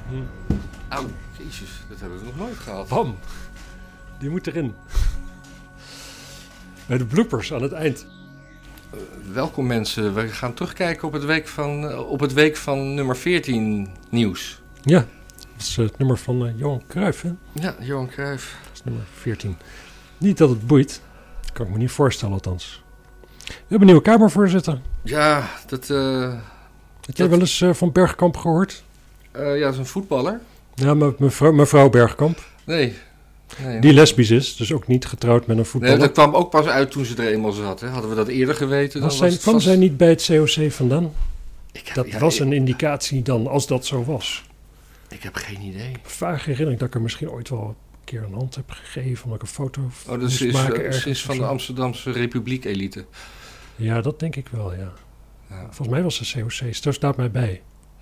Auw, jezus, dat hebben we nog nooit gehad. Bam! Die moet erin. Bij de bloopers aan het eind. Welkom mensen, we gaan terugkijken op het week van nummer 14 nieuws. Ja, dat is het nummer van Johan Cruijff, hè? Ja, Johan Cruijff. Dat is nummer 14. Niet dat het boeit. Dat kan ik me niet voorstellen althans. We hebben een nieuwe Kamervoorzitter. Ja, dat... Heb jij wel eens van Bergkamp gehoord? Ja, dat is een voetballer. Ja, mevrouw Bergkamp. Nee. Die lesbisch is, dus ook niet getrouwd met een voetballer. Nee, dat kwam ook pas uit toen ze er eenmaal zat. Hè. Hadden we dat eerder geweten? Kwam zij niet bij het COC vandaan? Dat was een indicatie dan, als dat zo was. Ik heb geen idee. Vage herinnering dat ik er misschien ooit wel een keer een hand heb gegeven, omdat ik een foto dus ze is van de Amsterdamse Republiek-elite. Ja, dat denk ik wel, ja. Volgens mij was ze COC, daar staat mij bij.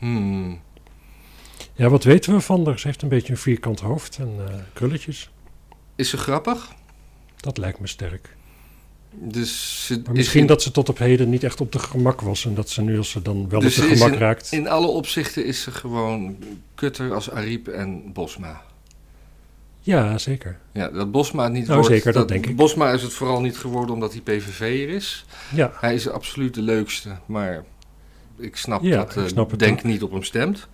Ja, wat weten we van haar? Ze heeft een beetje een vierkant hoofd en krulletjes. Is ze grappig? Dat lijkt me sterk. Dus maar misschien dat ze tot op heden niet echt op de gemak was. En dat ze nu, als ze dan wel dus op de gemak raakt... In alle opzichten is ze gewoon kutter als Ariep en Bosma. Ja, zeker. Ja, dat Bosma niet wordt... zeker, dat denk ik. Bosma is het vooral niet geworden omdat hij PVV'er is. Ja. Hij is absoluut de leukste, maar ik snap dat Denk niet op hem stemt.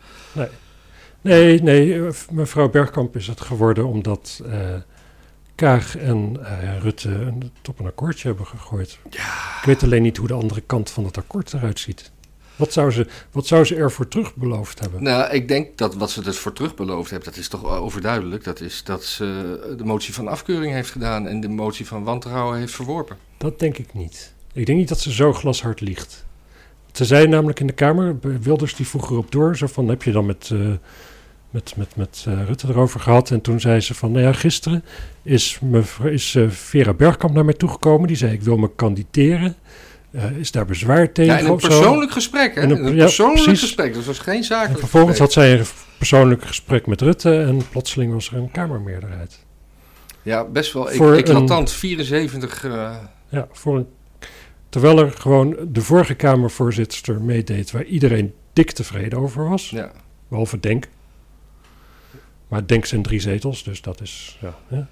Nee, mevrouw Bergkamp is het geworden omdat Kaag en Rutte het op een akkoordje hebben gegooid. Ja. Ik weet alleen niet hoe de andere kant van het akkoord eruit ziet. Wat zou ze ervoor terug beloofd hebben? Nou, ik denk dat wat ze ervoor terug beloofd heeft, dat is toch overduidelijk. Dat is dat ze de motie van afkeuring heeft gedaan en de motie van wantrouwen heeft verworpen. Dat denk ik niet. Ik denk niet dat ze zo glashard liegt. Ze zei namelijk in de Kamer, Wilders die vroeg erop door, zo van, heb je dan met Rutte erover gehad? En toen zei ze van, nou ja, gisteren is Vera Bergkamp naar mij toegekomen. Die zei, ik wil me kandideren. Is daar bezwaar tegen? Ja, in een persoonlijk gesprek, hè? In een persoonlijk gesprek, dus dat was geen zakelijk en vervolgens had zij een persoonlijk gesprek met Rutte en plotseling was er een Kamermeerderheid. Ja, best wel eclatant, 74... Ja, terwijl er gewoon de vorige Kamervoorzitter meedeed waar iedereen dik tevreden over was. Ja. Behalve Denk. Maar Denk zijn 3 zetels, dus dat is... Ja.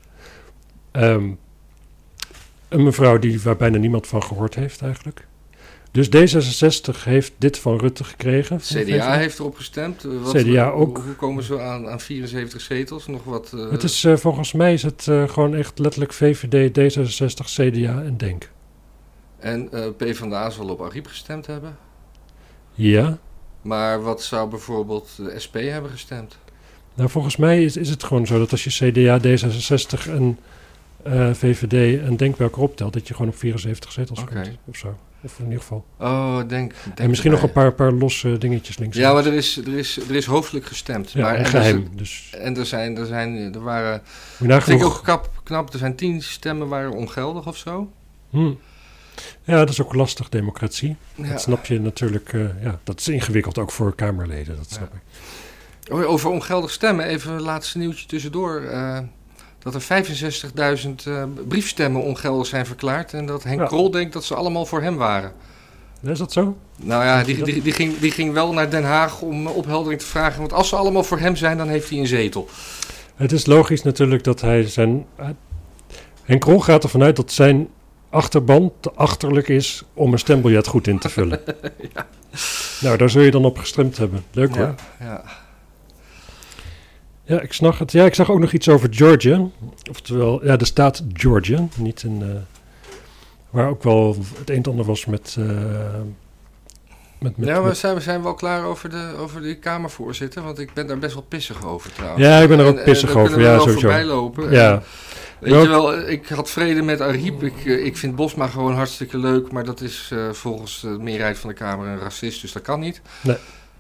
Een mevrouw waar bijna niemand van gehoord heeft eigenlijk. Dus D66 heeft dit van Rutte gekregen. CDA heeft erop gestemd. CDA ook. Hoe komen ze aan 74 zetels? Nog wat? Het is, volgens mij is het gewoon echt letterlijk VVD, D66, CDA en Denk. En PvdA zal op Ariep gestemd hebben? Ja. Maar wat zou bijvoorbeeld de SP hebben gestemd? Nou, volgens mij is het gewoon zo dat als je CDA, D66 en VVD en Denk bij elkaar optelt, dat je gewoon op 74 zetels komt of zo. Of in ieder geval. Oh, Denk en misschien nog een paar losse dingetjes links. Ja, maar er is hoofdelijk gestemd. Ja, maar, geheim. En er waren... Dat vind ik ook knap. Er zijn 10 stemmen waren ongeldig of zo. Ja, dat is ook lastig, democratie. Ja. Dat snap je natuurlijk. Dat is ingewikkeld ook voor Kamerleden, dat snap ik. Over ongeldig stemmen, even een laatste nieuwtje tussendoor. Dat er 65.000 briefstemmen ongeldig zijn verklaard. En dat Henk Krol denkt dat ze allemaal voor hem waren. Is dat zo? Nou ja, die ging wel naar Den Haag om opheldering te vragen. Want als ze allemaal voor hem zijn, dan heeft hij een zetel. Het is logisch natuurlijk dat Henk Krol gaat ervan uit dat zijn achterban te achterlijk is om een stembiljet goed in te vullen. Ja. Nou, daar zul je dan op gestemd hebben. Leuk hoor. Ja. Ja, ik snap het. Ja, ik zag ook nog iets over Georgia. Oftewel, de staat Georgia. Niet waar ook wel het een en ander was met we zijn wel klaar over de Kamervoorzitter. Want ik ben daar best wel pissig over trouwens. Ja, ik ben er ook pissig over. Ja, sowieso. Voorbij lopen. Ja. Weet je wel, ik had vrede met Ariep. Ik vind Bosma gewoon hartstikke leuk. Maar dat is volgens de meerderheid van de Kamer een racist. Dus dat kan niet. Nee.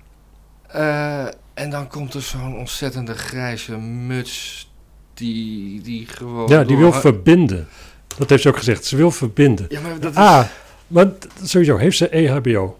En dan komt er zo'n ontzettende grijze muts die gewoon... Ja, die wil verbinden. Dat heeft ze ook gezegd. Ze wil verbinden. Ja, maar dat is... maar sowieso, heeft ze EHBO?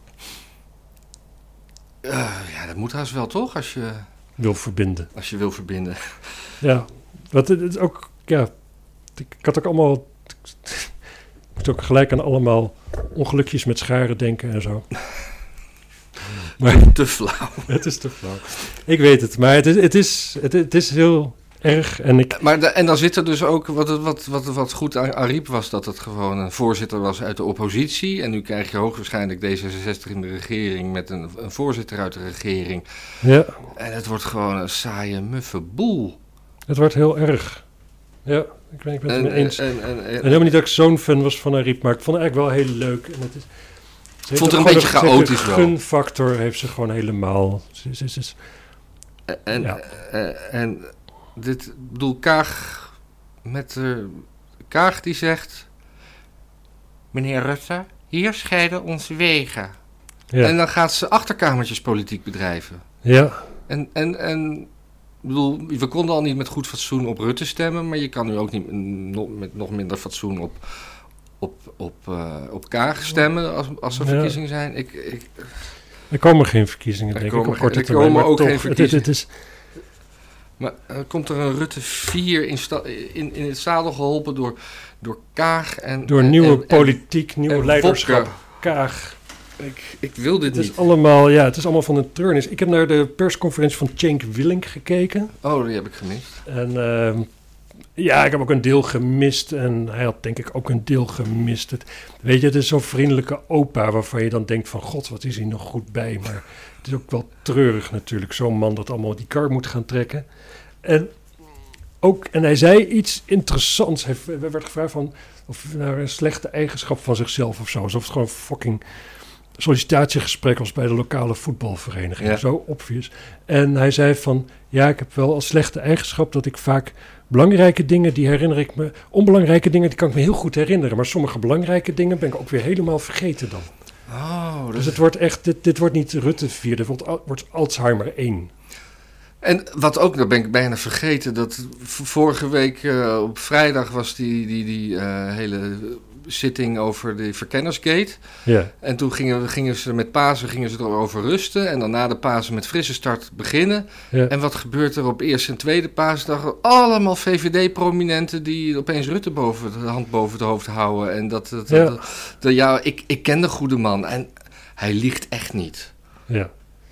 Ja, dat moet haast wel, toch? Als je wil verbinden. Als je wil verbinden. Ja, wat het is ook... Ja, ik had ook allemaal... Ik moet ook gelijk aan allemaal ongelukjes met scharen denken en zo. Maar te flauw. Het is te flauw. Ik weet het, maar het is heel erg. En dan zit er dus ook, wat goed aan Ariep was, dat het gewoon een voorzitter was uit de oppositie. En nu krijg je hoogwaarschijnlijk D66 in de regering met een voorzitter uit de regering. Ja. En het wordt gewoon een saaie, muffe boel. Het wordt heel erg. Ja, ik ben het mee eens. En helemaal niet dat ik zo'n fan was van Ariep, maar ik vond het eigenlijk wel heel leuk. En ik vond het een beetje chaotisch wel. De gunfactor heeft ze gewoon helemaal. En dit, bedoel, Kaag Kaag die zegt: meneer Rutte, hier scheiden onze wegen. Ja. En dan gaat ze achterkamertjespolitiek bedrijven. Ja. En bedoel, we konden al niet met goed fatsoen op Rutte stemmen, maar je kan nu ook niet met nog minder fatsoen op Kaag stemmen als er verkiezingen zijn. Er komen geen verkiezingen, denk ik. Er komen ook geen verkiezingen. Maar komt er een Rutte 4 in het zadel geholpen door Kaag en... Door nieuwe politiek, nieuw leiderschap. Wopke. Kaag. Ik wil dit niet. Het is allemaal van een treurnis. Ik heb naar de persconferentie van Cenk Willink gekeken. Oh, die heb ik gemist. En ik heb ook een deel gemist. En hij had denk ik ook een deel gemist. Het is zo'n vriendelijke opa waarvan je dan denkt van... God, wat is hij nog goed bij. Maar het is ook wel treurig natuurlijk. Zo'n man dat allemaal die kar moet gaan trekken. En hij zei iets interessants. Hij werd gevraagd of een slechte eigenschap van zichzelf of zo. Alsof het gewoon fucking sollicitatiegesprek was bij de lokale voetbalvereniging. Ja. Zo obvious. En hij zei van, ja, ik heb wel als slechte eigenschap dat ik vaak belangrijke dingen, die herinner ik me. Onbelangrijke dingen, die kan ik me heel goed herinneren. Maar sommige belangrijke dingen ben ik ook weer helemaal vergeten dan. Oh, dus het wordt echt, dit wordt niet Rutte 4, dit wordt Alzheimer 1. En wat ook, dat ben ik bijna vergeten, dat vorige week op vrijdag was die hele zitting over de Verkennersgate. Ja. En toen gingen ze met Pasen erover rusten en dan na de Pasen met frisse start beginnen. Ja. En wat gebeurt er op eerste en tweede Paasdag? Allemaal VVD-prominenten die opeens Rutte de hand boven het hoofd houden. En ik ken de goede man en hij liegt echt niet. Ja.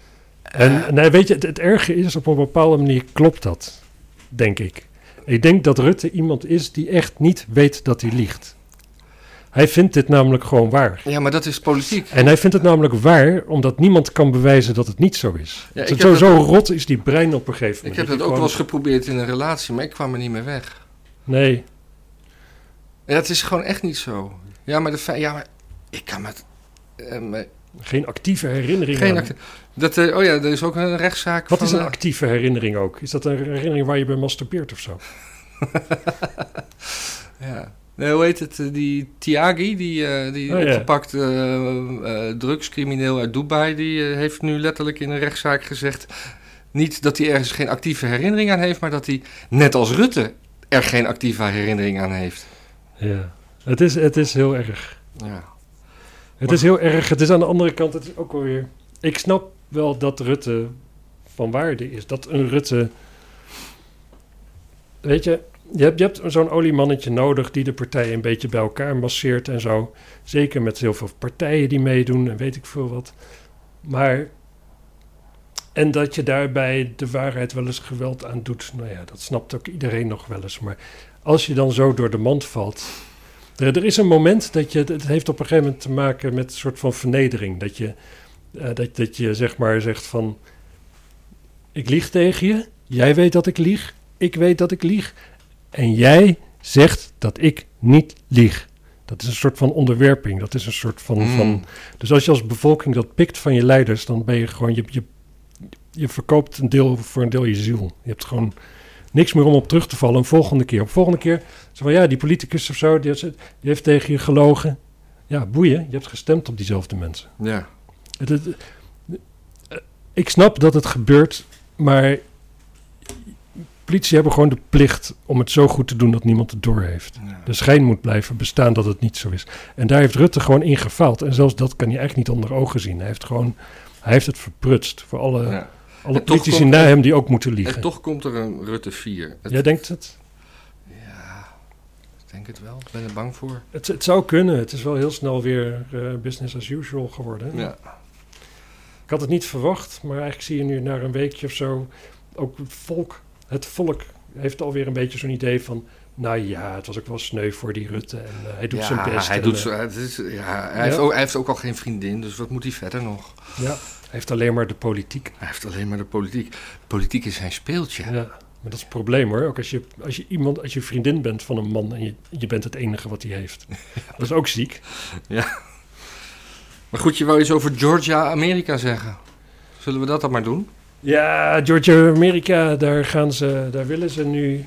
En weet je, het erge is, op een bepaalde manier klopt dat, denk ik. Ik denk dat Rutte iemand is die echt niet weet dat hij liegt. Hij vindt dit namelijk gewoon waar. Ja, maar dat is politiek. En hij vindt het namelijk waar, omdat niemand kan bewijzen dat het niet zo is. Ja, zo rot is die brein op een gegeven moment. Ik heb dat ook wel eens geprobeerd in een relatie, maar ik kwam er niet meer weg. Nee. Ja, het is gewoon echt niet zo. Ja, maar ik kan met... Geen actieve herinnering er is ook een rechtszaak. Wat is een actieve herinnering ook? Is dat een herinnering waar je bij masturbeert of zo? Ja. Nee, hoe heet het? Die Tiagi, die opgepakte drugscrimineel uit Dubai, die heeft nu letterlijk in een rechtszaak gezegd, niet dat hij ergens geen actieve herinnering aan heeft, maar dat hij, net als Rutte, er geen actieve herinnering aan heeft. Ja, het is heel erg. Ja. Het is heel erg. Het is aan de andere kant, het is ook wel weer... Ik snap wel dat Rutte van waarde is. Dat een Rutte... Weet je hebt zo'n oliemannetje nodig die de partijen een beetje bij elkaar masseert en zo. Zeker met heel veel partijen die meedoen en weet ik veel wat. Maar... En dat je daarbij de waarheid wel eens geweld aan doet. Nou ja, dat snapt ook iedereen nog wel eens. Maar als je dan zo door de mand valt... Er is een moment dat het heeft op een gegeven moment te maken met een soort van vernedering. Dat je zeg maar zegt van, ik lieg tegen je, jij weet dat ik lieg, ik weet dat ik lieg. En jij zegt dat ik niet lieg. Dat is een soort van onderwerping, dat is een soort van... Dus als je als bevolking dat pikt van je leiders, dan ben je gewoon, je verkoopt voor een deel je ziel. Je hebt gewoon... niks meer om op terug te vallen een volgende keer. Op volgende keer, zo van die politicus of zo, die heeft tegen je gelogen. Ja, boeien, je hebt gestemd op diezelfde mensen. Ja. Ik snap dat het gebeurt, maar politie hebben gewoon de plicht om het zo goed te doen dat niemand het doorheeft. Ja. De schijn moet blijven bestaan dat het niet zo is. En daar heeft Rutte gewoon in gefaald. En zelfs dat kan je eigenlijk niet onder ogen zien. Hij heeft het verprutst voor alle... Ja. Alle politici na hem die ook moeten liegen. En toch komt er een Rutte 4. Jij denkt het? Ja, ik denk het wel. Ik ben er bang voor. Het zou kunnen. Het is wel heel snel weer business as usual geworden. Ja. Ik had het niet verwacht, maar eigenlijk zie je nu na een weekje of zo... ook het volk heeft alweer een beetje zo'n idee van... nou ja, het was ook wel sneu voor die Rutte en hij doet zijn best. Hij heeft ook al geen vriendin, dus wat moet hij verder nog? Ja, hij heeft alleen maar de politiek. Hij heeft alleen maar de politiek. Politiek is zijn speeltje. Ja, maar dat is het probleem hoor. Ook als je vriendin bent van een man en je bent het enige wat hij heeft. Dat is ook ziek. Ja. Maar goed, je wou iets over Georgia, Amerika zeggen. Zullen we dat dan maar doen? Ja, Georgia, Amerika, daar willen ze nu...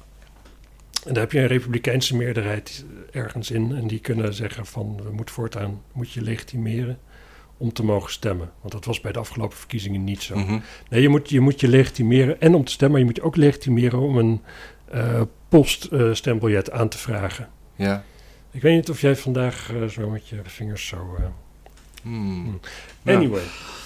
En daar heb je een republikeinse meerderheid ergens in. En die kunnen zeggen van, moet je legitimeren om te mogen stemmen. Want dat was bij de afgelopen verkiezingen niet zo. Mm-hmm. Nee, je moet je legitimeren en om te stemmen. Maar je moet je ook legitimeren om een poststembiljet aan te vragen. Ja. Ik weet niet of jij vandaag zo met je vingers zo... Anyway.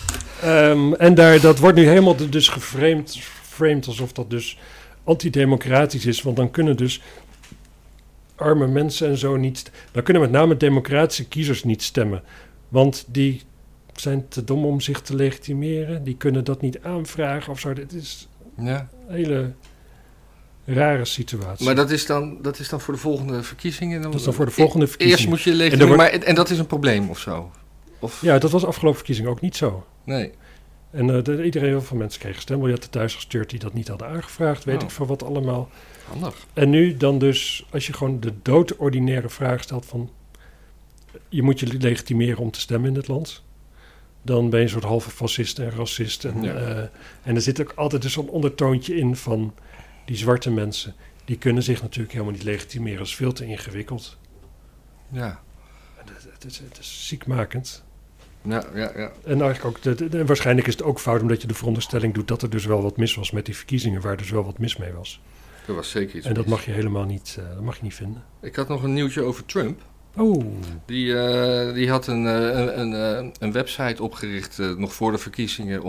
En dat wordt nu helemaal dus geframed alsof dat dus antidemocratisch is. Want dan kunnen dus arme mensen en zo niet... Dan kunnen met name democratische kiezers niet stemmen. Want die zijn te dom om zich te legitimeren. Die kunnen dat niet aanvragen of zo. Dit is een hele rare situatie. Maar dat is dan voor de volgende verkiezingen? Dat is dan voor de volgende verkiezingen. Eerst moet je legitimeren, en dat is een probleem of zo? Of? Ja, dat was afgelopen verkiezingen ook niet zo. Nee. En heel veel mensen kregen stembiljetten thuis gestuurd die dat niet hadden aangevraagd. Weet ik veel wat allemaal. Handig. En nu dan dus, als je gewoon de doodordinaire vraag stelt van... je moet je legitimeren om te stemmen in dit land... dan ben je een soort halve fascist en racist. En er zit ook altijd dus zo'n ondertoontje in van die zwarte mensen... die kunnen zich natuurlijk helemaal niet legitimeren. Dat is veel te ingewikkeld. Ja. Het is ziekmakend. Ja. En eigenlijk ook waarschijnlijk is het ook fout omdat je de veronderstelling doet dat er dus wel wat mis was met die verkiezingen, waar dus wel wat mis mee was. Er was zeker iets en dat mis. mag je helemaal niet, dat mag je niet vinden. Ik had nog een nieuwtje over Trump. Oh. Die had een website opgericht nog voor de verkiezingen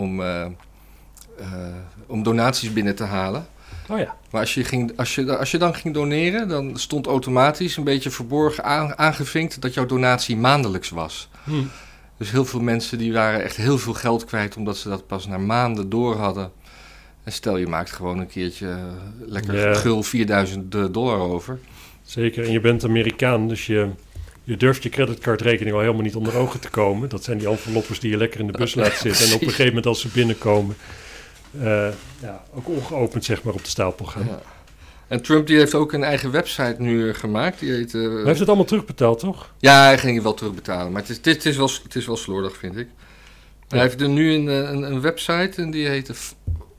om donaties binnen te halen. Oh ja. Maar als je dan ging doneren, dan stond automatisch een beetje verborgen aangevinkt dat jouw donatie maandelijks was. Dus heel veel mensen die waren echt heel veel geld kwijt omdat ze dat pas na maanden door hadden. En stel je maakt gewoon een keertje lekker gul $4.000 over. Zeker, en je bent Amerikaan, dus je durft je creditcardrekening al helemaal niet onder ogen te komen. Dat zijn die enveloppers die je lekker in de bus laat zitten. En op een gegeven moment als ze binnenkomen, ook ongeopend zeg maar op de stapel gaan. Ja. En Trump die heeft ook een eigen website nu gemaakt. Die heet, hij heeft het allemaal terugbetaald, toch? Ja, hij ging het wel terugbetalen. Maar het is wel slordig, vind ik. Ja. Hij heeft er nu een website en die heet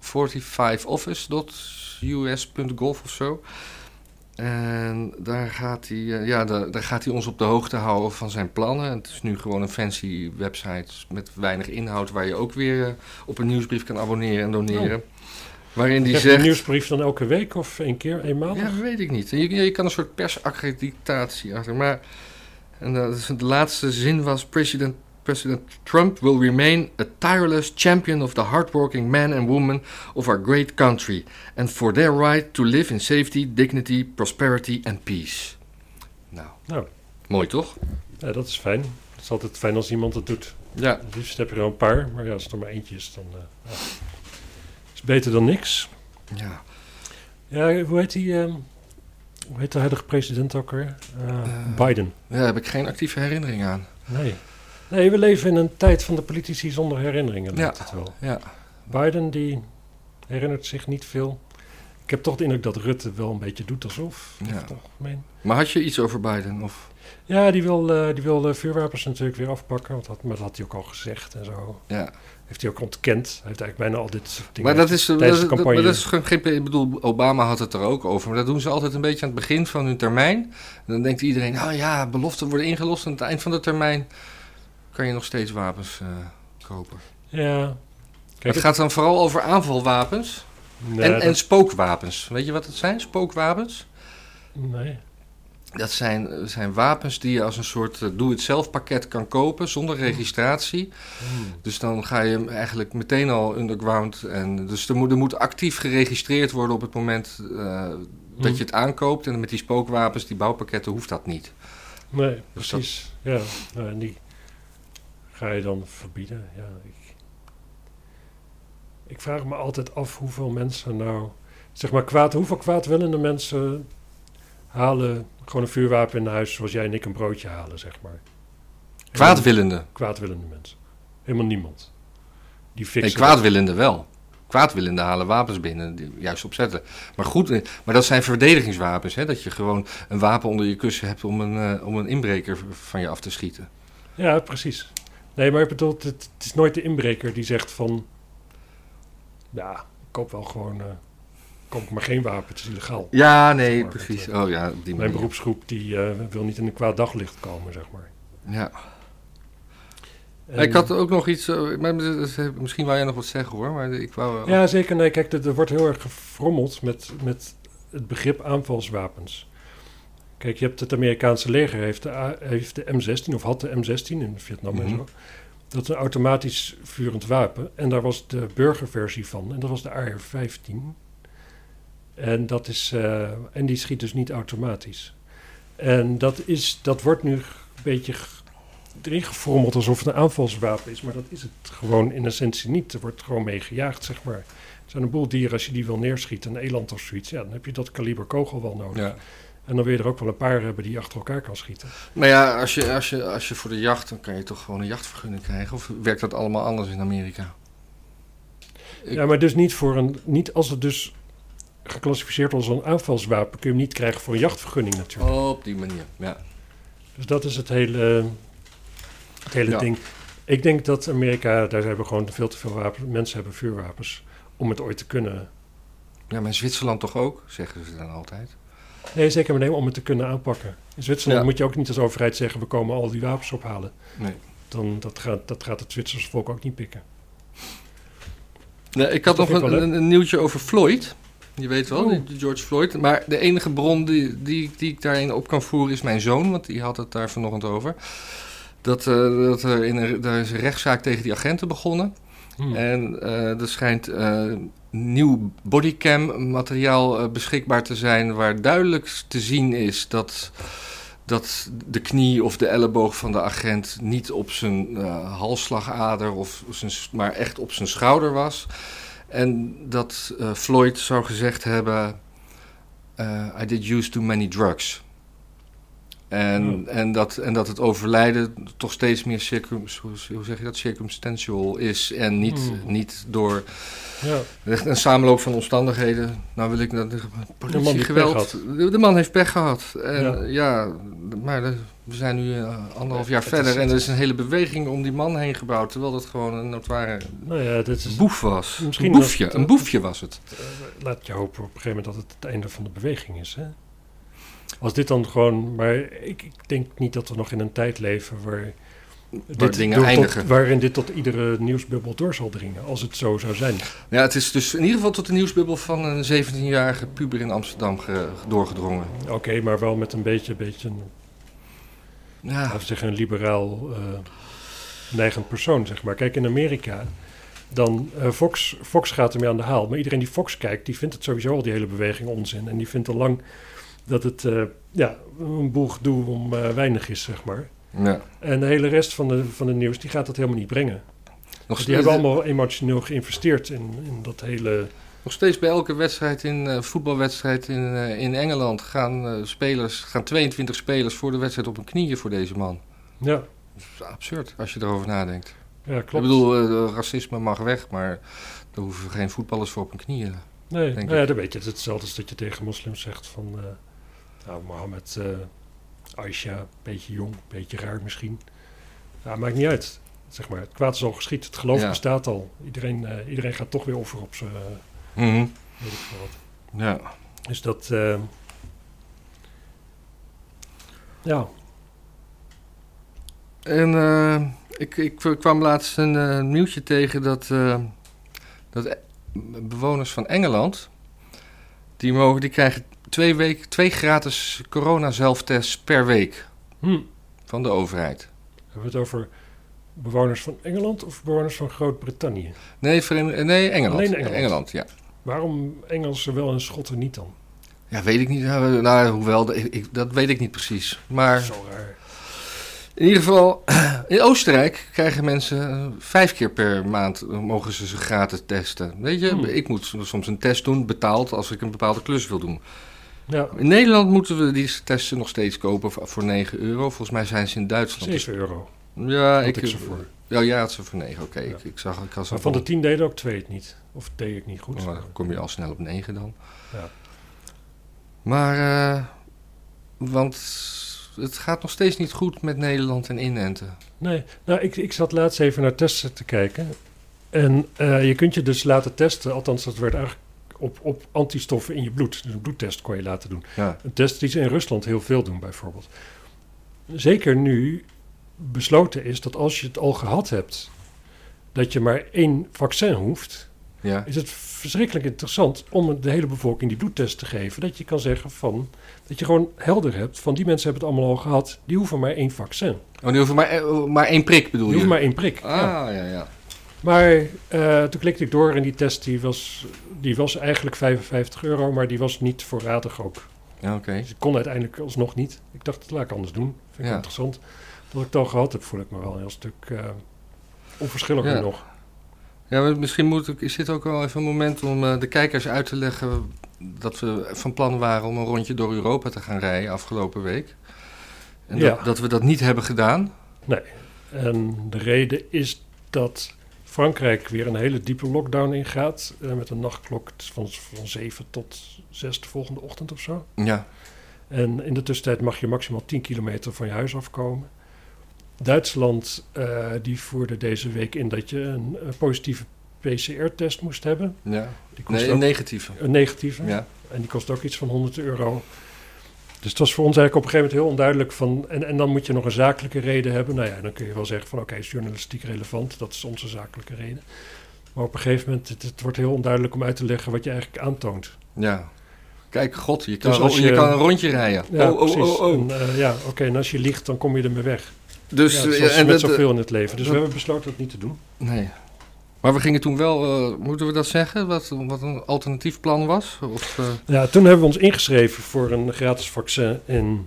45office.us.gov of zo. En daar gaat hij ons op de hoogte houden van zijn plannen. En het is nu gewoon een fancy website met weinig inhoud... waar je ook weer op een nieuwsbrief kan abonneren en doneren. Oh. Waarin die zegt... een nieuwsbrief dan elke week of eenmalig? Ja, dat weet ik niet. Je kan een soort persaccreditatie achter. Maar de laatste zin was... President Trump will remain a tireless champion of the hardworking men and women of our great country... and for their right to live in safety, dignity, prosperity and peace. Nou. Mooi toch? Ja, dat is fijn. Het is altijd fijn als iemand het doet. Ja. Het liefst heb je er een paar, maar als het er maar eentje is, dan... is beter dan niks. Ja. Ja, hoe heet de huidige president ook weer? Biden. Ja, daar heb ik geen actieve herinnering aan. Nee, we leven in een tijd van de politici zonder herinneringen, lijkt het wel. Ja. Biden, die herinnert zich niet veel. Ik heb toch de indruk dat Rutte wel een beetje doet alsof. Ja. Maar had je iets over Biden? Of? Ja, die wil vuurwapens natuurlijk weer afpakken. Maar dat had hij ook al gezegd en zo. Ja. Heeft hij ook ontkend. Hij heeft eigenlijk bijna al dit soort dingen maar dat is, tijdens de campagne. Maar dat is geen... Ik bedoel, Obama had het er ook over. Maar dat doen ze altijd een beetje aan het begin van hun termijn. En dan denkt iedereen, beloften worden ingelost. En aan het eind van de termijn kan je nog steeds wapens kopen. Ja. Kijk, het gaat dan vooral over aanvalwapens. Nee, en spookwapens. Weet je wat het zijn, spookwapens? Nee. Dat zijn wapens die je als een soort doe-het-zelf pakket kan kopen zonder registratie. Dus dan ga je eigenlijk meteen al underground. En dus er moet actief geregistreerd worden op het moment dat je het aankoopt. En met die spookwapens, die bouwpakketten, hoeft dat niet. Nee, precies. Ja, en die ga je dan verbieden. Ja, Ik vraag me altijd af hoeveel mensen nou... Zeg maar, hoeveel kwaadwillende mensen halen gewoon een vuurwapen in huis... zoals jij en ik een broodje halen, zeg maar. Kwaadwillende? Kwaadwillende mensen. Helemaal niemand. Die Nee, kwaadwillende wel. Kwaadwillende halen wapens binnen, die juist opzetten. Maar goed, maar dat zijn verdedigingswapens, hè? Dat je gewoon een wapen onder je kussen hebt om een inbreker van je af te schieten. Ja, precies. Nee, maar ik bedoel, het is nooit de inbreker die zegt van... Ja, ik koop wel gewoon... koop maar geen wapen, het is illegaal. Ja, nee, precies. Oh ja, op die manier. Mijn beroepsgroep die wil niet in een kwaad daglicht komen, zeg maar. Ja. Ik had ook nog iets... misschien wou jij nog wat zeggen, hoor. Maar ik wou... Ja, zeker. Nee, kijk, er wordt heel erg gefrommeld met het begrip aanvalswapens. Kijk, je hebt het Amerikaanse leger heeft de M16, of had de M16 in Vietnam en zo. Dat is een automatisch vurend wapen. En daar was de burgerversie van. En dat was de AR-15. En en die schiet dus niet automatisch. En dat wordt nu een beetje erin gefrommeld alsof het een aanvalswapen is. Maar dat is het gewoon in essentie niet. Er wordt gewoon mee gejaagd, zeg maar. Er zijn een boel dieren, als je die wil neerschieten, een eland of zoiets, ja, dan heb je dat kaliber kogel wel nodig. Ja. En dan wil je er ook wel een paar hebben die je achter elkaar kan schieten. Maar ja, als je voor de jacht, dan kan je toch gewoon een jachtvergunning krijgen? Of werkt dat allemaal anders in Amerika? Ja, maar dus niet als het dus geclassificeerd wordt als een aanvalswapen, kun je hem niet krijgen voor een jachtvergunning natuurlijk. Oh, op die manier, ja. Dus dat is het hele ding. Ik denk dat Amerika, daar hebben gewoon veel te veel mensen hebben vuurwapens om het ooit te kunnen. Ja, maar in Zwitserland toch ook, zeggen ze dan altijd. Nee, zeker, maar om het te kunnen aanpakken. In Zwitserland moet je ook niet als overheid zeggen, we komen al die wapens ophalen. Nee. Dan dat gaat het Zwitserse volk ook niet pikken. Nee, ik had nog een nieuwtje over Floyd. Je weet wel, George Floyd. Maar de enige bron die ik daarin op kan voeren is mijn zoon, want die had het daar vanochtend over. Daar is een rechtszaak tegen die agenten begonnen. En er schijnt nieuw bodycam materiaal beschikbaar te zijn, waar duidelijk te zien is dat de knie of de elleboog van de agent niet op zijn halsslagader maar echt op zijn schouder was. En dat Floyd zou gezegd hebben, I did use too many drugs. En dat het overlijden toch steeds meer circumstantial is en niet door een samenloop van omstandigheden. Nou wil ik dat politiegeweld. De man heeft pech gehad. En maar we zijn nu 1,5 jaar verder en er is een hele beweging om die man heen gebouwd, terwijl dat gewoon een notoire boef was. Een boefje was het. Laat je hopen op een gegeven moment dat het einde van de beweging is, hè? Als dit dan gewoon... Maar ik denk niet dat we nog in een tijd leven waarin dit tot iedere nieuwsbubbel door zal dringen. Als het zo zou zijn. Ja, het is dus in ieder geval tot de nieuwsbubbel van een 17-jarige puber in Amsterdam doorgedrongen. Oké, maar wel met een beetje laten we zeggen, een liberaal neigend persoon, zeg maar. Kijk, in Amerika... Dan Fox gaat ermee aan de haal. Maar iedereen die Fox kijkt, die vindt het sowieso al die hele beweging onzin. En die vindt al lang dat het een boel gedoe om weinig is, zeg maar. Ja. En de hele rest van de nieuws, die gaat dat helemaal niet brengen. Die hebben allemaal emotioneel geïnvesteerd in dat hele... Nog steeds bij elke wedstrijd, voetbalwedstrijd in Engeland, gaan 22 spelers voor de wedstrijd op hun knieën voor deze man. Ja. Dat is absurd, als je erover nadenkt. Ja, klopt. Ik bedoel, racisme mag weg, maar daar hoeven geen voetballers voor op hun knieën. Nee, dan weet je. Het is hetzelfde als dat je tegen moslims zegt van... Mohammed, Aisha, een beetje jong, een beetje raar misschien. Ja, maakt niet uit. Zeg maar, het kwaad is al geschied. Het geloof bestaat al. Iedereen gaat toch weer offeren op zijn... weet ik veel wat. Ja. Dus dat... ja. En ik kwam laatst een nieuwtje tegen dat bewoners van Engeland... die krijgen 2 gratis corona-zelftests per week van de overheid. Hebben we het over bewoners van Engeland of bewoners van Groot-Brittannië? Nee, Engeland. Alleen Engeland, ja. Waarom Engelsen wel en Schotten niet dan? Ja, weet ik niet. Nou, hoewel, dat weet ik niet precies. Maar... Zo raar. In ieder geval, in Oostenrijk krijgen mensen 5 keer per maand mogen ze gratis testen. Weet je, ik moet soms een test doen, betaald, als ik een bepaalde klus wil doen. Ja. In Nederland moeten we die testen nog steeds kopen voor €9. Volgens mij zijn ze in Duitsland. €7. Ja, ik ze voor. Ja, jij had ze voor 9, oké. Ja. Ik had maar van de 10 deden ook 2 het niet. Of deed ik niet goed. Oh, dan kom je al snel op 9 dan. Ja. Maar, want het gaat nog steeds niet goed met Nederland en inenten. Nee, nou, ik zat laatst even naar testen te kijken. En je kunt je dus laten testen, althans dat werd eigenlijk op antistoffen in je bloed. Dus een bloedtest kon je laten doen. Ja. Een test die ze in Rusland heel veel doen bijvoorbeeld. Zeker nu besloten is dat als je het al gehad hebt, dat je maar 1 vaccin hoeft, Ja. is het verschrikkelijk interessant om de hele bevolking die bloedtest te geven. Dat je kan zeggen dat je gewoon helder hebt van die mensen hebben het allemaal al gehad, die hoeven maar 1 vaccin. Oh, die hoeven maar 1 prik bedoel je? Die hoeven maar 1 prik. Ja. Maar toen klikte ik door en die test die was eigenlijk €55, maar die was niet voorradig ook. Ja, oké. Dus ik kon uiteindelijk alsnog niet. Ik dacht, dat laat ik anders doen. Vind ik Ja. interessant. Dat ik het al gehad heb, voel ik me wel een heel stuk onverschilliger nog. Ja, maar misschien is dit ook wel even een moment om de kijkers uit te leggen dat we van plan waren om een rondje door Europa te gaan rijden afgelopen week. En dat we dat niet hebben gedaan. Nee. En de reden is dat Frankrijk weer een hele diepe lockdown ingaat. Met een nachtklok van 7 tot 6 de volgende ochtend of zo. Ja. En in de tussentijd mag je maximaal 10 kilometer van je huis afkomen. Duitsland die voerde deze week in dat je een positieve PCR-test moest hebben. Ja. Een negatieve. Een negatieve. Ja. En die kost ook iets van €100. Dus het was voor ons eigenlijk op een gegeven moment heel onduidelijk van. En dan moet je nog een zakelijke reden hebben. Nou ja, dan kun je wel zeggen van oké, is journalistiek relevant. Dat is onze zakelijke reden. Maar op een gegeven moment, het wordt heel onduidelijk om uit te leggen wat je eigenlijk aantoont. Ja. Kijk, god, je Dus kan een rondje rijden. Ja, precies. En als je liegt, dan kom je ermee weg. Dus, zoals met zoveel in het leven. Dus we hebben besloten dat niet te doen. Nee. Maar we gingen toen wel, moeten we dat zeggen, wat een alternatief plan was? Ja, toen hebben we ons ingeschreven voor een gratis vaccin in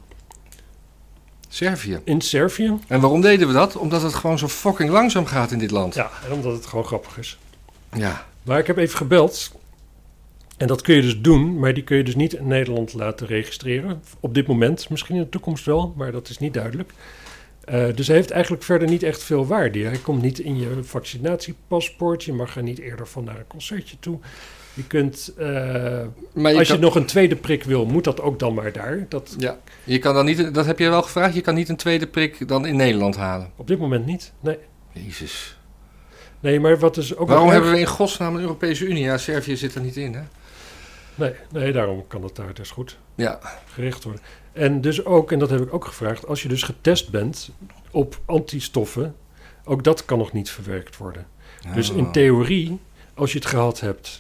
Servië. In Servië. En waarom deden we dat? Omdat het gewoon zo fucking langzaam gaat in dit land. Ja, en omdat het gewoon grappig is. Ja. Maar ik heb even gebeld. En dat kun je dus doen, maar die kun je dus niet in Nederland laten registreren. Op dit moment, misschien in de toekomst wel, maar dat is niet duidelijk. Dus hij heeft eigenlijk verder niet echt veel waarde. Hij komt niet in je vaccinatiepaspoort. Je mag er niet eerder van naar een concertje toe. Je kunt, als je nog een tweede prik wil, moet dat ook dan maar daar. Ja, je kan dan niet, dat heb je wel gevraagd, je kan niet een tweede prik dan in Nederland halen. Op dit moment niet, nee. Jezus. Nee, maar wat is ook... Waarom hebben we in godsnaam een Europese Unie? Ja, Servië zit er niet in, hè? Nee, daarom kan het daar dus goed gericht worden. En dus ook, en dat heb ik ook gevraagd, als je dus getest bent op antistoffen, ook dat kan nog niet verwerkt worden. Oh. Dus in theorie, als je het gehad hebt,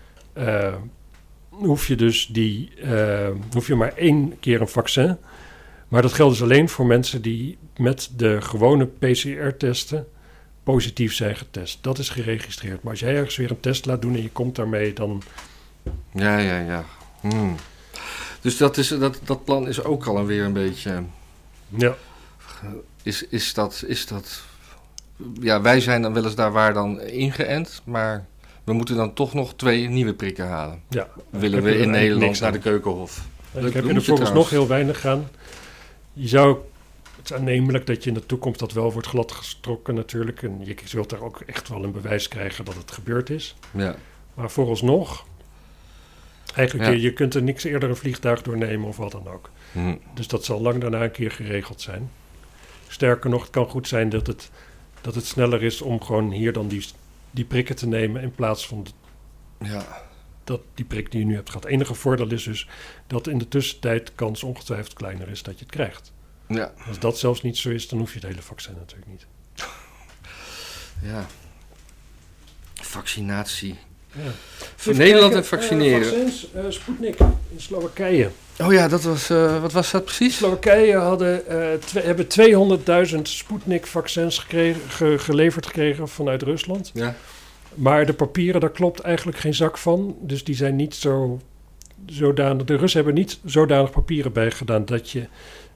hoef je maar 1 keer een vaccin. Maar dat geldt dus alleen voor mensen die met de gewone PCR-testen positief zijn getest. Dat is geregistreerd. Maar als jij ergens weer een test laat doen en je komt daarmee, dan... Ja. Dus dat plan is ook al weer een beetje... Ja. Is dat... Ja, wij zijn dan weliswaar dan ingeënt, maar we moeten dan toch nog 2 nieuwe prikken halen. Ja. Willen we in Nederland naar de Keukenhof. Ik heb er volgens nog heel weinig gaan. Het is aannemelijk dat je in de toekomst dat wel wordt gladgetrokken natuurlijk. En je zult daar ook echt wel een bewijs krijgen dat het gebeurd is. Ja. Maar vooralsnog, eigenlijk je kunt er niks eerder een vliegtuig doornemen of wat dan ook. Dus dat zal lang daarna een keer geregeld zijn. Sterker nog, het kan goed zijn dat het sneller is om gewoon hier dan die prikken te nemen in plaats van die prik die je nu hebt gehad. Het enige voordeel is dus dat in de tussentijd kans ongetwijfeld kleiner is dat je het krijgt. Ja. Als dat zelfs niet zo is, dan hoef je het hele vaccin natuurlijk niet. Ja. Vaccinatie. Ja. Voor Nederland en vaccineren. Vaccins, Sputnik in Slowakije. Oh ja, dat was, wat was dat precies? Slowakije hebben 200.000 Sputnik-vaccins geleverd gekregen vanuit Rusland. Ja. Maar de papieren, daar klopt eigenlijk geen zak van. Dus die zijn niet zodanig... De Russen hebben niet zodanig papieren bij gedaan dat je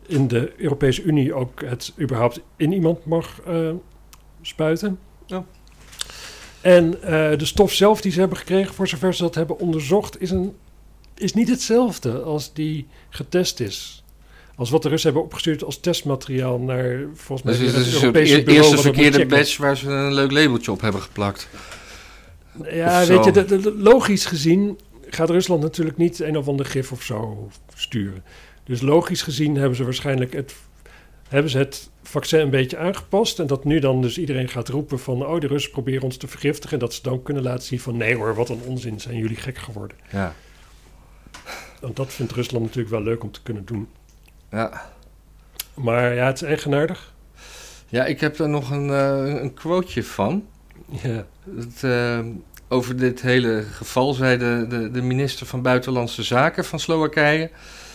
in de Europese Unie ook het überhaupt in iemand mag spuiten. Ja. En de stof zelf die ze hebben gekregen, voor zover ze dat hebben onderzocht, is niet hetzelfde als die getest is. Als wat de Russen hebben opgestuurd als testmateriaal naar, volgens mij, Dus het is het een Europese soort bureau. eerste wat dat moet verkeerde checken. badge waar ze een leuk labeltje op hebben geplakt. Ja, Of weet zo. je, logisch gezien gaat Rusland natuurlijk niet een of ander gif of zo sturen. Dus logisch gezien hebben ze waarschijnlijk het vaccin een beetje aangepast. En dat nu dan dus iedereen gaat roepen van, de Russen proberen ons te vergiftigen. En dat ze dan kunnen laten zien van, nee hoor, wat een onzin, zijn jullie gek geworden. Ja. Want dat vindt Rusland natuurlijk wel leuk om te kunnen doen. Ja. Maar ja, het is eigenaardig. Ja, ik heb daar nog een quoteje van. Ja. Over dit hele geval zei de minister van Buitenlandse Zaken van Slowakije.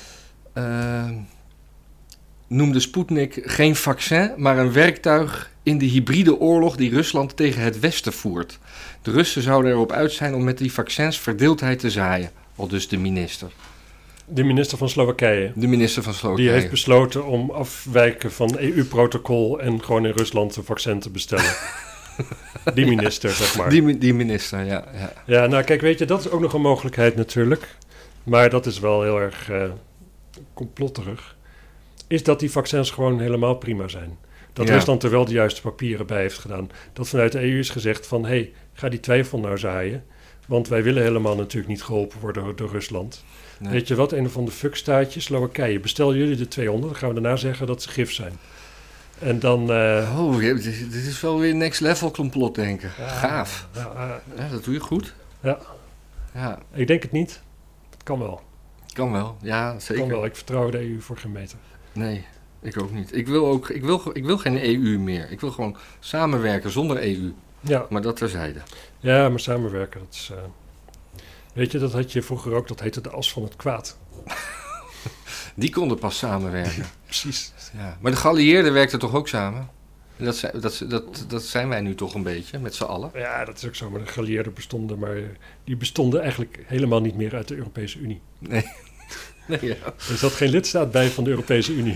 Noemde Sputnik geen vaccin, maar een werktuig in de hybride oorlog die Rusland tegen het Westen voert. De Russen zouden erop uit zijn om met die vaccins verdeeldheid te zaaien. Aldus de minister. De minister van Slowakije. De minister van Slowakije. Die heeft besloten om afwijken van EU-protocol en gewoon in Rusland een vaccin te bestellen. Die minister, zeg maar. Die minister, ja. Ja, nou kijk, weet je, dat is ook nog een mogelijkheid natuurlijk. Maar dat is wel heel erg complotterig. Is dat die vaccins gewoon helemaal prima zijn. Dat Rusland er wel de juiste papieren bij heeft gedaan. Dat vanuit de EU is gezegd van, ga die twijfel nou zaaien. Want wij willen helemaal natuurlijk niet geholpen worden door Rusland. Nee. Weet je wat, een of ander fuckstaatje, Slowakije. Bestel jullie de 200, dan gaan we daarna zeggen dat ze gif zijn. En dan... dit is wel weer next level complot denken. Ja, gaaf. Ja, dat doe je goed. Ja. Ik denk het niet. Het kan wel. Kan wel, ja, zeker. Kan wel, ik vertrouw de EU voor geen meter. Nee, ik ook niet. Ik wil geen EU meer. Ik wil gewoon samenwerken zonder EU. Ja. Maar dat terzijde. Ja, maar samenwerken, dat is... Weet je, dat had je vroeger ook, dat heette de as van het kwaad. Die konden pas samenwerken. Precies. Ja. Maar de geallieerden werkten toch ook samen? Dat zijn wij nu toch een beetje, met z'n allen? Ja, dat is ook zo. Maar de geallieerden bestonden, maar die bestonden eigenlijk helemaal niet meer uit de Europese Unie. Nee. Ja. Er zat geen lidstaat bij van de Europese Unie.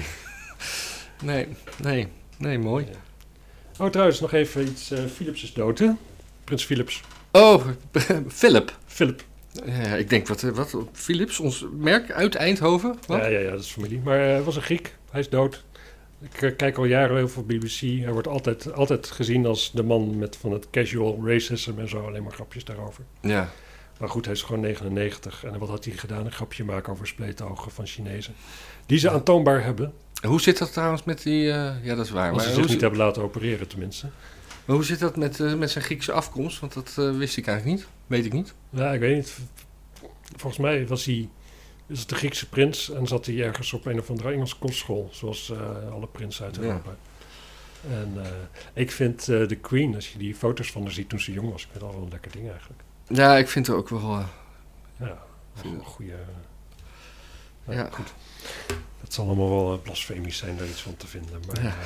Nee, mooi. Ja. Oh, trouwens, nog even iets. Philips is dood, hè? Prins Philips. Oh, Philip. Ja, ik denk, wat? Philips, ons merk uit Eindhoven? Wat? Ja, dat is familie. Maar hij was een Griek. Hij is dood. Ik kijk al jaren heel veel BBC. Hij wordt altijd gezien als de man van het casual racism en zo. Alleen maar grapjes daarover. Ja. Maar goed, hij is gewoon 99. En wat had hij gedaan? Een grapje maken over spleetogen van Chinezen. Die ze aantoonbaar hebben. Hoe zit dat trouwens met die... ja, dat is waar. Als ze zich niet hebben laten opereren tenminste. Maar hoe zit dat met zijn Griekse afkomst? Want dat wist ik eigenlijk niet. Weet ik niet. Ja, ik weet niet. Volgens mij is het de Griekse prins en zat hij ergens op een of andere Engelse kostschool. Zoals alle prinsen uit Europa. Ja. En ik vind de Queen, als je die foto's van haar ziet toen ze jong was, ik vind dat wel een lekker ding eigenlijk. Ja, ik vind het ook wel... een goede... ja. Goed. Het zal allemaal wel blasfemisch zijn daar iets van te vinden. Maar, ja.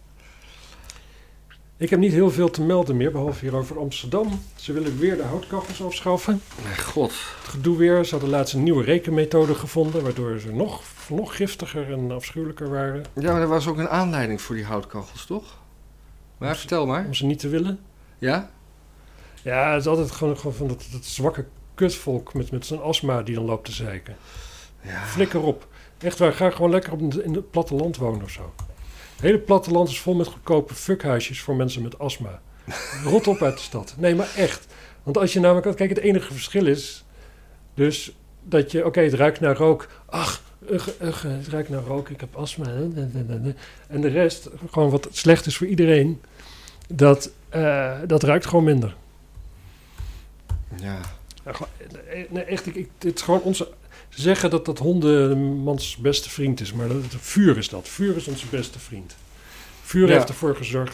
Ik heb niet heel veel te melden meer, behalve hier over Amsterdam. Ze willen weer de houtkachels afschaffen. Mijn god. Het gedoe weer. Ze hadden laatst een nieuwe rekenmethode gevonden, waardoor ze nog giftiger en afschuwelijker waren. Ja, maar er was ook een aanleiding voor die houtkachels, toch? Maar vertel maar. Om ze niet te willen. Ja? Ja, het is altijd gewoon van dat zwakke kutvolk met zijn astma die dan loopt te zeiken. Ja. Flikker op. Echt waar, ga gewoon lekker in het platteland wonen of zo. Het hele platteland is vol met goedkope fuckhuisjes voor mensen met astma. Rot op uit de stad. Nee, maar echt. Want als je namelijk... Kijk, het enige verschil is... Dus dat je... Oké, het ruikt naar rook. Ach, het ruikt naar rook. Ik heb astma. En de rest, gewoon wat slecht is voor iedereen... Dat ruikt gewoon minder. Ja. Nee, echt. Het is gewoon onze... Ze zeggen dat hondenmans beste vriend is, maar vuur is dat. Vuur is onze beste vriend. Vuur heeft ervoor gezorgd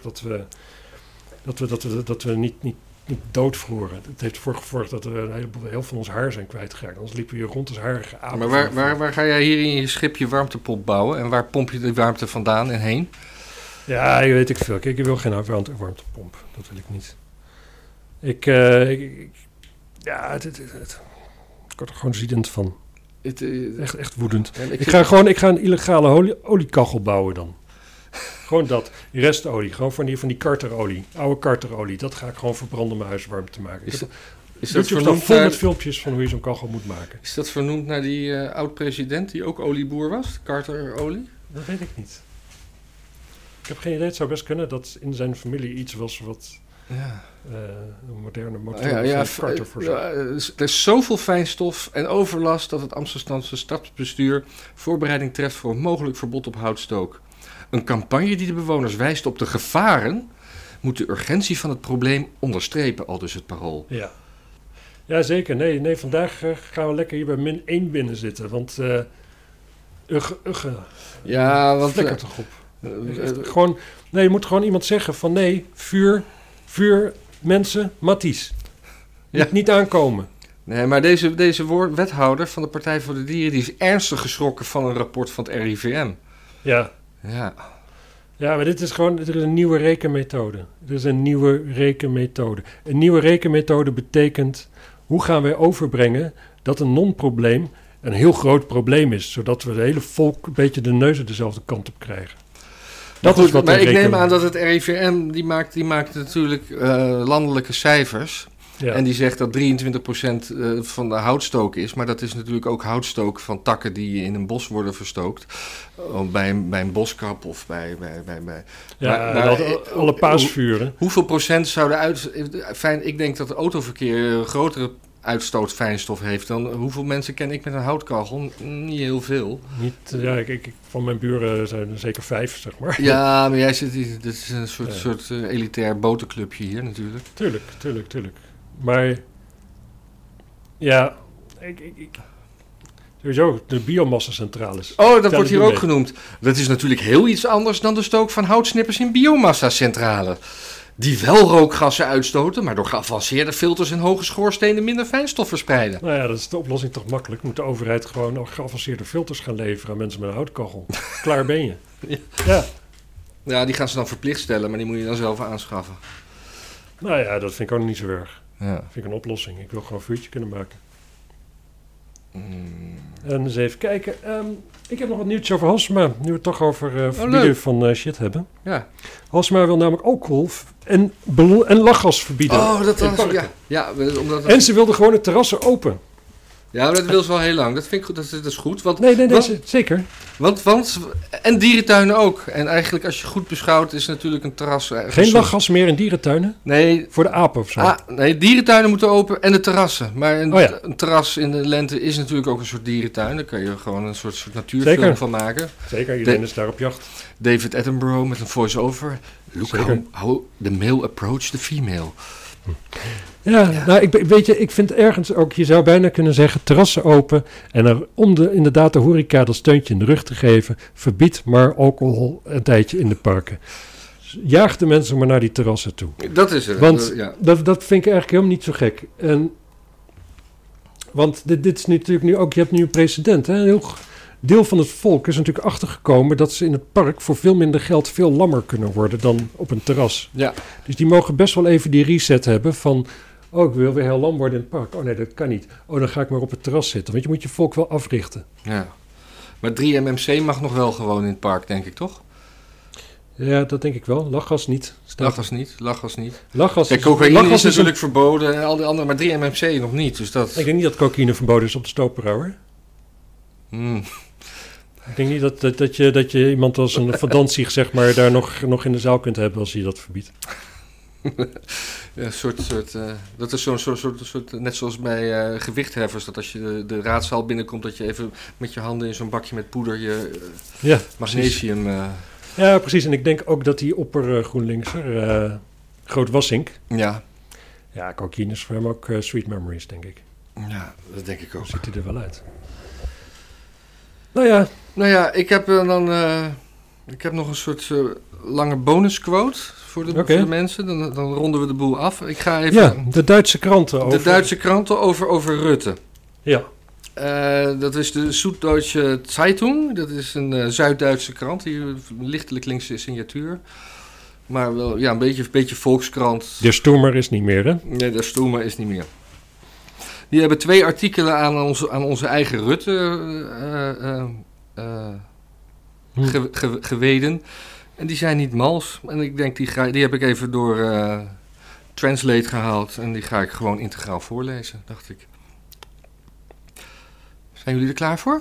dat we niet doodvroren. Het heeft ervoor gezorgd dat we heel van ons haar zijn kwijtgeraakt. Anders liepen we hier rond als harige apen. Maar waar ga jij hier in je schip je warmtepomp bouwen? En waar pomp je de warmte vandaan en heen? Ja, je weet ik veel. Kijk, ik wil geen warmtepomp. Dat wil ik niet. Ik word er gewoon ziedend van. Echt woedend. Ik ga een illegale oliekachel bouwen dan. Gewoon dat. Die restolie. Gewoon van die karterolie. Oude karterolie. Dat ga ik gewoon verbranden om mijn huis warm te maken. Is dat vernoemd vol met filmpjes van hoe je zo'n kachel moet maken. Is dat vernoemd naar die oud-president die ook olieboer was? Carter-olie? Dat weet ik niet. Ik heb geen idee. Het zou best kunnen dat in zijn familie iets was wat... een moderne motor Carter voorzien. Er is zoveel fijnstof en overlast dat het Amsterdamse stadsbestuur voorbereiding treft voor een mogelijk verbod op houtstook. Een campagne die de bewoners wijst op de gevaren moet de urgentie van het probleem onderstrepen, aldus het Parool. Ja, zeker. Nee, vandaag gaan we lekker hier bij min 1 binnen zitten, want flikker toch op. Je moet gewoon iemand zeggen van nee, vuur, mensen, Matties. Niet aankomen. Nee, maar deze wethouder van de Partij voor de Dieren... die is ernstig geschrokken van een rapport van het RIVM. Ja, maar dit is gewoon... Er is een nieuwe rekenmethode. Een nieuwe rekenmethode betekent... hoe gaan wij overbrengen dat een non-probleem... een heel groot probleem is... zodat we het hele volk een beetje de neuzen dezelfde kant op krijgen. Maar ik neem aan dat het RIVM, die maakt natuurlijk landelijke cijfers. Ja. En die zegt dat 23% van de houtstook is. Maar dat is natuurlijk ook houtstook van takken die in een bos worden verstookt. Bij een boskap of bij alle paasvuren. Hoeveel procent zouden ik denk dat het autoverkeer grotere uitstoot fijnstof heeft dan hoeveel mensen ken ik met een houtkachel? Niet heel veel. Ik van mijn buren zijn er zeker 5, zeg maar. Ja, maar jij zit hier, dit is een soort elitair botenclubje hier natuurlijk. Tuurlijk. Maar ja, sowieso de biomassa-centrales. Oh, dat wordt hier ook genoemd. Dat is natuurlijk heel iets anders dan de stook van houtsnippers in biomassa-centrales. Die wel rookgassen uitstoten, maar door geavanceerde filters en hoge schoorstenen minder fijnstof verspreiden. Nou ja, dat is de oplossing toch makkelijk. Moet de overheid gewoon nog geavanceerde filters gaan leveren aan mensen met een houtkachel. Klaar ben je. Ja, die gaan ze dan verplicht stellen, maar die moet je dan zelf aanschaffen. Nou ja, dat vind ik ook niet zo erg. Ja. Dat vind ik een oplossing. Ik wil gewoon een vuurtje kunnen maken. En eens even kijken. Ik heb nog wat nieuwtjes over Halsema. Nu we het toch over verbieden van shit hebben. Ja. Halsema wil namelijk alcohol en lachgas verbieden. Oh, dat was... Ja, omdat en ze wilde gewoon de terrassen open. Ja, maar dat wil ze wel heel lang. Dat vind ik goed. Dat is goed. Want, zeker. En dierentuinen ook. En eigenlijk als je goed beschouwt is natuurlijk een terras... Geen lachgas meer in dierentuinen? Nee. Voor de apen of zo? Nee, dierentuinen moeten open en de terrassen. Maar een terras in de lente is natuurlijk ook een soort dierentuin. Daar kan je gewoon een soort natuurfilm van maken. Zeker, iedereen is daar op jacht. David Attenborough met een voice-over. Look how the male approached the female. Ja, nou, ik vind ergens ook, je zou bijna kunnen zeggen, terrassen open en inderdaad de horeca dat steuntje in de rug te geven, verbied maar alcohol een tijdje in de parken. Jaag de mensen maar naar die terrassen toe. Dat is het. Want dat vind ik eigenlijk helemaal niet zo gek. Want dit is natuurlijk nu ook, je hebt nu een president, hè? Een heel deel van het volk is natuurlijk achtergekomen dat ze in het park voor veel minder geld veel lammer kunnen worden dan op een terras. Ja. Dus die mogen best wel even die reset hebben van... Oh, ik wil weer heel lam worden in het park. Oh nee, dat kan niet. Oh, dan ga ik maar op het terras zitten. Want je moet je volk wel africhten. Ja. Maar 3MMC mag nog wel gewoon in het park, denk ik, toch? Ja, dat denk ik wel. Lachgas niet. Lachgas niet. Kijk, cocaïne is natuurlijk verboden en al die andere, maar 3MMC nog niet. Dus dat... Ik denk niet dat cocaïne verboden is op de Stopera, hoor. Ik denk niet dat je iemand als een Van Danzig, zeg maar, daar nog in de zaal kunt hebben als je dat verbiedt. Ja, dat is zo'n soort net zoals bij gewichtheffers, dat als je de raadzaal binnenkomt, dat je even met je handen in zo'n bakje met poeder je magnesium... Ja, precies. En ik denk ook dat die opper GroenLinkser, Groot Wassink... Ja, cocaïne is voor hem ook sweet memories, denk ik. Ja, dat denk ik ook. Zo ziet hij er wel uit. Nou ja, ik heb nog een soort lange bonusquote voor de mensen. Dan ronden we de boel af. Ik ga even... Ja, de Duitse kranten over... De Duitse kranten over Rutte. Ja. Dat is de Süddeutsche Zeitung. Dat is een Zuid-Duitse krant. Die lichtelijk linkse signatuur. Maar wel een beetje volkskrant. De Stoemer is niet meer, hè? Nee, de Stoemer is niet meer. Die hebben 2 artikelen aan onze eigen Rutte geweden. En die zijn niet mals. En ik denk, die heb ik even door Translate gehaald. En die ga ik gewoon integraal voorlezen, dacht ik. Zijn jullie er klaar voor?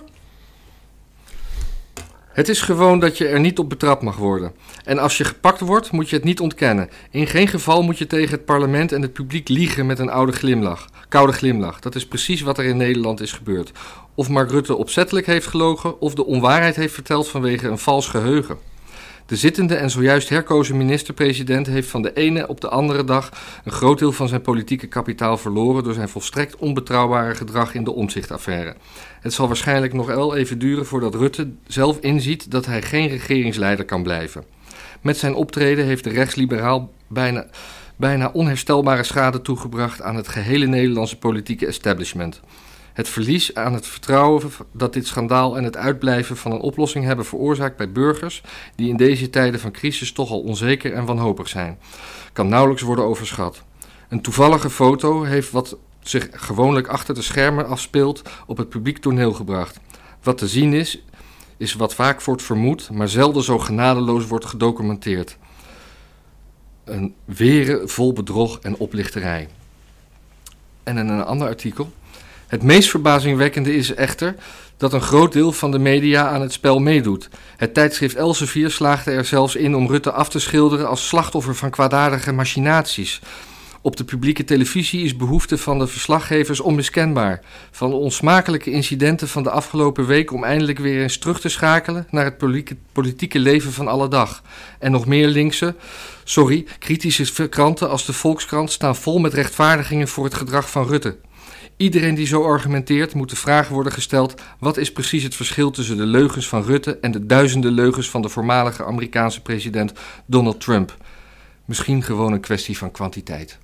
Het is gewoon dat je er niet op betrapt mag worden. En als je gepakt wordt, moet je het niet ontkennen. In geen geval moet je tegen het parlement en het publiek liegen met een koude glimlach. Dat is precies wat er in Nederland is gebeurd. Of Mark Rutte opzettelijk heeft gelogen of de onwaarheid heeft verteld vanwege een vals geheugen. De zittende en zojuist herkozen minister-president heeft van de ene op de andere dag een groot deel van zijn politieke kapitaal verloren door zijn volstrekt onbetrouwbare gedrag in de Omtzigt-affaire. Het zal waarschijnlijk nog wel even duren voordat Rutte zelf inziet dat hij geen regeringsleider kan blijven. Met zijn optreden heeft de rechtsliberaal bijna onherstelbare schade toegebracht aan het gehele Nederlandse politieke establishment. Het verlies aan het vertrouwen dat dit schandaal en het uitblijven van een oplossing hebben veroorzaakt bij burgers die in deze tijden van crisis toch al onzeker en wanhopig zijn, kan nauwelijks worden overschat. Een toevallige foto heeft wat zich gewoonlijk achter de schermen afspeelt op het publiek toneel gebracht. Wat te zien is wat vaak wordt vermoed, maar zelden zo genadeloos wordt gedocumenteerd. Een weren vol bedrog en oplichterij. En in een ander artikel. Het meest verbazingwekkende is echter dat een groot deel van de media aan het spel meedoet. Het tijdschrift Elsevier slaagde er zelfs in om Rutte af te schilderen als slachtoffer van kwaadaardige machinaties. Op de publieke televisie is behoefte van de verslaggevers onmiskenbaar. Van de onsmakelijke incidenten van de afgelopen week om eindelijk weer eens terug te schakelen naar het politieke leven van alle dag. En nog meer kritische kranten als de Volkskrant staan vol met rechtvaardigingen voor het gedrag van Rutte. Iedereen die zo argumenteert moet de vraag worden gesteld: wat is precies het verschil tussen de leugens van Rutte en de duizenden leugens van de voormalige Amerikaanse president Donald Trump? Misschien gewoon een kwestie van kwantiteit.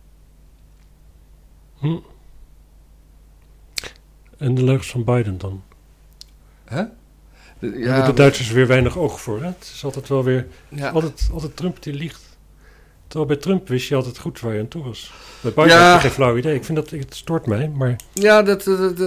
En de leugens van Biden dan? Huh? Daar hebben de Duitsers weer weinig oog voor. Hè? Het is altijd wel weer... Ja. Altijd Trump die liegt. Terwijl bij Trump wist je altijd goed waar je aan toe was. Bij Biden heb je geen flauw idee. Ik vind dat het stoort mij, maar... Ja, dat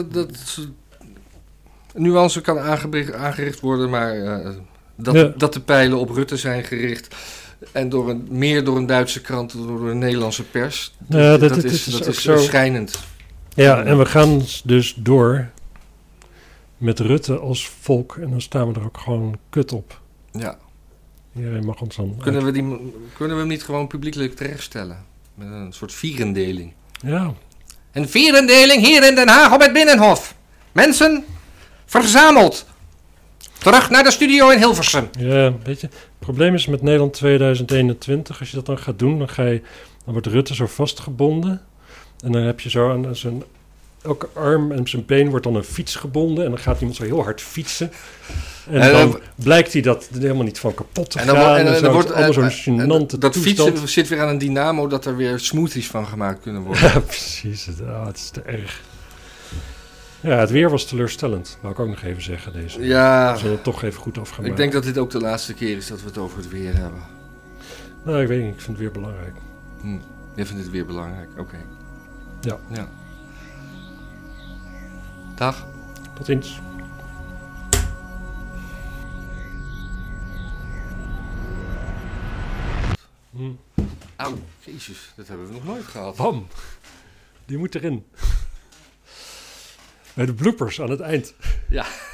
nuance kan aangericht worden, maar dat de pijlen op Rutte zijn gericht en meer door een Duitse krant dan door een Nederlandse pers, dat is schrijnend. Ja, en we gaan dus door met Rutte als volk en dan staan we er ook gewoon kut op. Ja. Iedereen mag ons dan... Kunnen we hem niet gewoon publiekelijk terechtstellen? Met een soort vierendeling. Ja. Een vierendeling hier in Den Haag op het Binnenhof. Mensen, verzameld. Terug naar de studio in Hilversum. Ja, weet je, het probleem is met Nederland 2021, als je dat dan gaat doen, dan wordt Rutte zo vastgebonden. En dan heb je zo aan zijn... Elke arm en zijn been wordt dan een fiets gebonden. En dan gaat iemand zo heel hard fietsen. En dan blijkt hij dat helemaal niet van kapot te gaan. En dan wordt allemaal zo'n gênante dat toestand. Fietsen zit weer aan een dynamo dat er weer smoothies van gemaakt kunnen worden. Ja, precies. Het is te erg. Ja, het weer was teleurstellend. Wou ik ook nog even zeggen. Deze. Ja. We zullen het toch even goed afgemaakt. Ik denk dat dit ook de laatste keer is dat we het over het weer hebben. Nou, ik weet niet. Ik vind het weer belangrijk. Jij vindt het weer belangrijk? Oké. Ja. Dag. Tot ziens. Auw, jezus, dat hebben we nog nooit gehad. Bam, die moet erin. Bij de bloopers aan het eind. Ja.